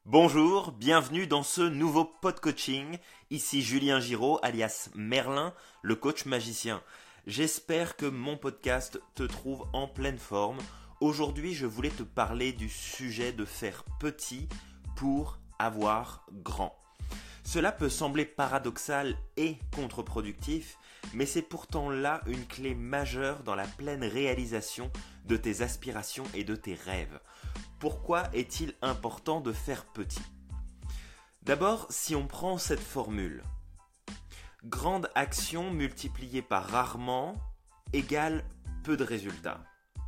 Bonjour, bienvenue dans ce nouveau pod coaching. Ici Julien Giraud, alias Merlin, le coach magicien. J'espère que mon podcast te trouve en pleine forme. Aujourd'hui, je voulais te parler du sujet de faire petit pour avoir grand. Cela peut sembler paradoxal et contre-productif, mais c'est pourtant là une clé majeure dans la pleine réalisation de tes aspirations et de tes rêves. Pourquoi est-il important de faire petit ? D'abord, si on prend cette formule, grande action multipliée par rarement égale peu de résultats.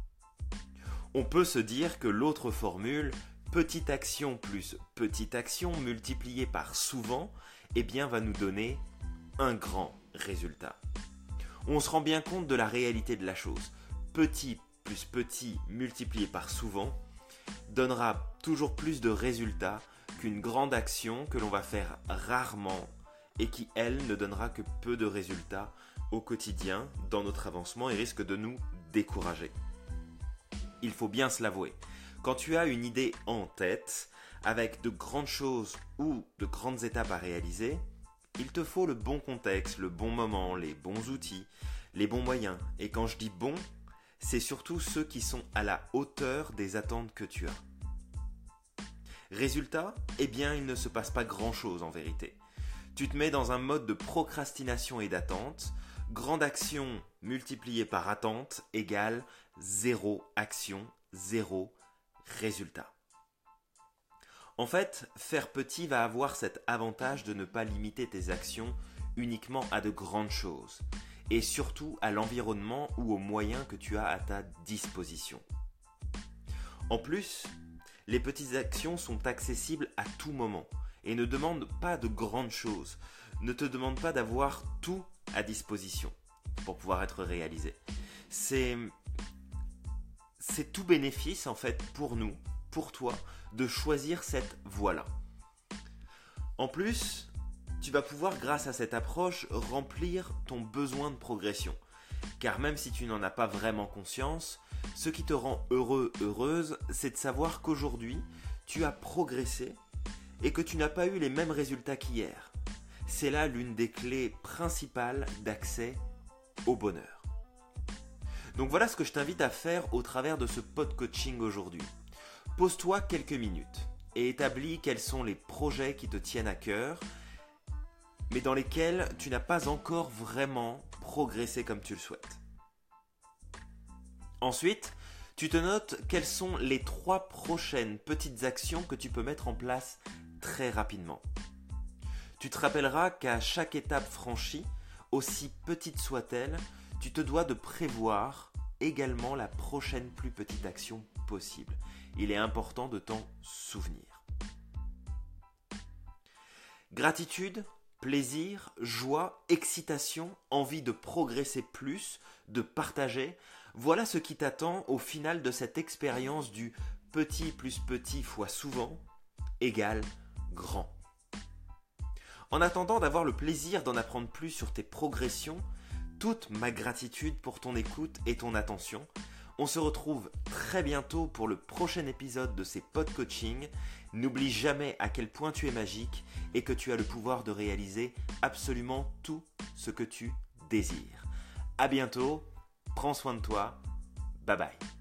On peut se dire que l'autre formule, petite action plus petite action multipliée par souvent, va nous donner un grand résultat. On se rend bien compte de la réalité de la chose. Petit plus petit multiplié par souvent donnera toujours plus de résultats qu'une grande action que l'on va faire rarement et qui, elle, ne donnera que peu de résultats au quotidien dans notre avancement et risque de nous décourager. Il faut bien se l'avouer. Quand tu as une idée en tête, avec de grandes choses ou de grandes étapes à réaliser, il te faut le bon contexte, le bon moment, les bons outils, les bons moyens. Et quand je dis bon, c'est surtout ceux qui sont à la hauteur des attentes que tu as. Résultat, il ne se passe pas grand-chose en vérité. Tu te mets dans un mode de procrastination et d'attente. Grande action multipliée par attente égale zéro action, zéro résultat. En fait, faire petit va avoir cet avantage de ne pas limiter tes actions uniquement à de grandes choses, et surtout à l'environnement ou aux moyens que tu as à ta disposition. En plus, les petites actions sont accessibles à tout moment et ne demandent pas de grandes choses, ne te demandent pas d'avoir tout à disposition pour pouvoir être réalisé. C'est tout bénéfice en fait pour nous, pour toi, de choisir cette voie-là. En plus, tu vas pouvoir, grâce à cette approche, remplir ton besoin de progression. Car même si tu n'en as pas vraiment conscience, ce qui te rend heureux, heureuse, c'est de savoir qu'aujourd'hui, tu as progressé et que tu n'as pas eu les mêmes résultats qu'hier. C'est là l'une des clés principales d'accès au bonheur. Donc voilà ce que je t'invite à faire au travers de ce pod coaching aujourd'hui. Pose-toi quelques minutes et établis quels sont les projets qui te tiennent à cœur, mais dans lesquels tu n'as pas encore vraiment progressé comme tu le souhaites. Ensuite, tu te notes quelles sont les 3 prochaines petites actions que tu peux mettre en place très rapidement. Tu te rappelleras qu'à chaque étape franchie, aussi petite soit-elle, tu te dois de prévoir également la prochaine plus petite action possible. Il est important de t'en souvenir. Gratitude, plaisir, joie, excitation, envie de progresser plus, de partager, voilà ce qui t'attend au final de cette expérience du petit plus petit fois souvent égale grand. En attendant d'avoir le plaisir d'en apprendre plus sur tes progressions, toute ma gratitude pour ton écoute et ton attention. On se retrouve très bientôt pour le prochain épisode de ces pod coaching. N'oublie jamais à quel point tu es magique et que tu as le pouvoir de réaliser absolument tout ce que tu désires. À bientôt, prends soin de toi, bye bye.